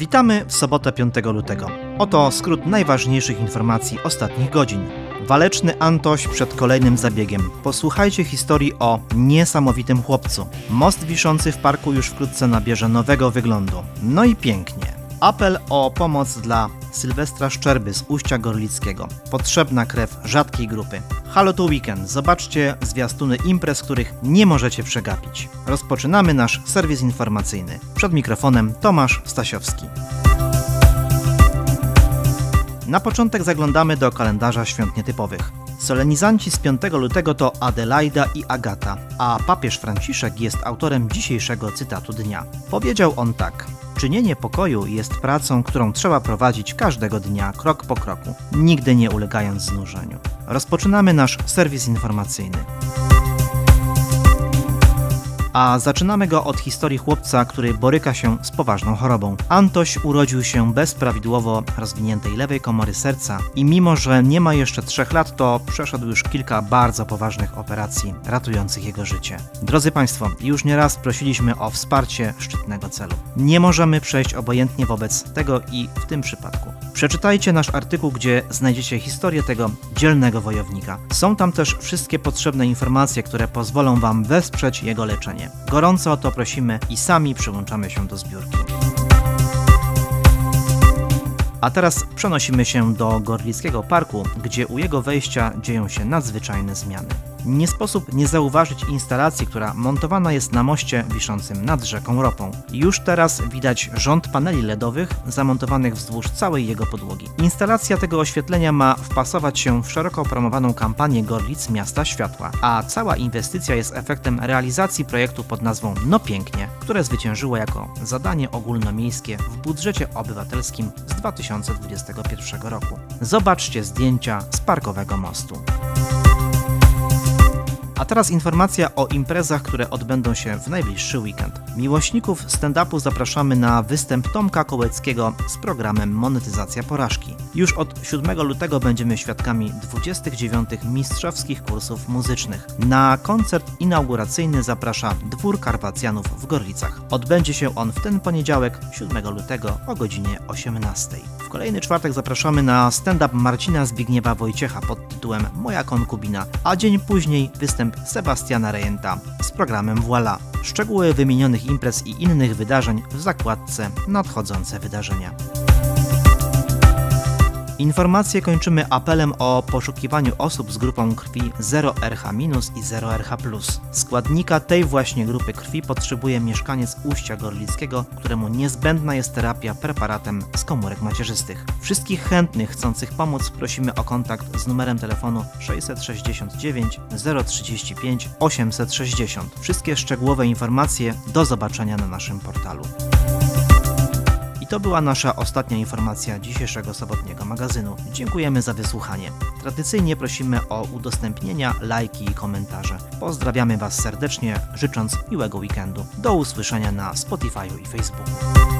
Witamy w sobotę 5 lutego. Oto skrót najważniejszych informacji ostatnich godzin. Waleczny Antoś przed kolejnym zabiegiem. Posłuchajcie historii o niesamowitym chłopcu. Most wiszący w parku już wkrótce nabierze nowego wyglądu. No i pięknie. Apel o pomoc dla Sylwestra Szczerby z Uścia Gorlickiego. Potrzebna krew rzadkiej grupy. Halo to weekend. Zobaczcie zwiastuny imprez, których nie możecie przegapić. Rozpoczynamy nasz serwis informacyjny. Przed mikrofonem Tomasz Stasiowski. Na początek zaglądamy do kalendarza świąt nietypowych. Solenizanci z 5 lutego to Adelaida i Agata, a papież Franciszek jest autorem dzisiejszego cytatu dnia. Powiedział on tak: czynienie pokoju jest pracą, którą trzeba prowadzić każdego dnia, krok po kroku, nigdy nie ulegając znużeniu. Rozpoczynamy nasz serwis informacyjny. A zaczynamy go od historii chłopca, który boryka się z poważną chorobą. Antoś urodził się bez prawidłowo rozwiniętej lewej komory serca i mimo, że nie ma jeszcze 3 lat, to przeszedł już kilka bardzo poważnych operacji ratujących jego życie. Drodzy Państwo, już nieraz prosiliśmy o wsparcie szczytnego celu. Nie możemy przejść obojętnie wobec tego i w tym przypadku. Przeczytajcie nasz artykuł, gdzie znajdziecie historię tego dzielnego wojownika. Są tam też wszystkie potrzebne informacje, które pozwolą Wam wesprzeć jego leczenie. Gorąco o to prosimy i sami przyłączamy się do zbiórki. A teraz przenosimy się do Gorlickiego Parku, gdzie u jego wejścia dzieją się nadzwyczajne zmiany. Nie sposób nie zauważyć instalacji, która montowana jest na moście wiszącym nad rzeką Ropą. Już teraz widać rząd paneli LEDowych zamontowanych wzdłuż całej jego podłogi. Instalacja tego oświetlenia ma wpasować się w szeroko promowaną kampanię Gorlic Miasta Światła, a cała inwestycja jest efektem realizacji projektu pod nazwą No Pięknie, które zwyciężyło jako zadanie ogólnomiejskie w budżecie obywatelskim z 2021 roku. Zobaczcie zdjęcia z parkowego mostu. A teraz informacja o imprezach, które odbędą się w najbliższy weekend. Miłośników stand-upu zapraszamy na występ Tomka Kołeckiego z programem Monetyzacja Porażki. Już od 7 lutego będziemy świadkami 29. mistrzowskich kursów muzycznych. Na koncert inauguracyjny zaprasza Dwór Karpacjanów w Gorlicach. Odbędzie się on w ten poniedziałek, 7 lutego o godzinie 18. W kolejny czwartek zapraszamy na stand-up Marcina Zbigniewa Wojciecha pod tytułem Moja konkubina, a dzień później występ Sebastiana Rejenta z programem Voila. Szczegóły wymienionych imprez i innych wydarzeń w zakładce Nadchodzące wydarzenia. Informacje kończymy apelem o poszukiwaniu osób z grupą krwi 0RH- i 0RH+. Składnika tej właśnie grupy krwi potrzebuje mieszkaniec Uścia Gorlickiego, któremu niezbędna jest terapia preparatem z komórek macierzystych. Wszystkich chętnych chcących pomóc prosimy o kontakt z numerem telefonu 669 035 860. Wszystkie szczegółowe informacje do zobaczenia na naszym portalu. To była nasza ostatnia informacja dzisiejszego sobotniego magazynu. Dziękujemy za wysłuchanie. Tradycyjnie prosimy o udostępnienia, lajki i komentarze. Pozdrawiamy Was serdecznie, życząc miłego weekendu. Do usłyszenia na Spotify'u i Facebooku.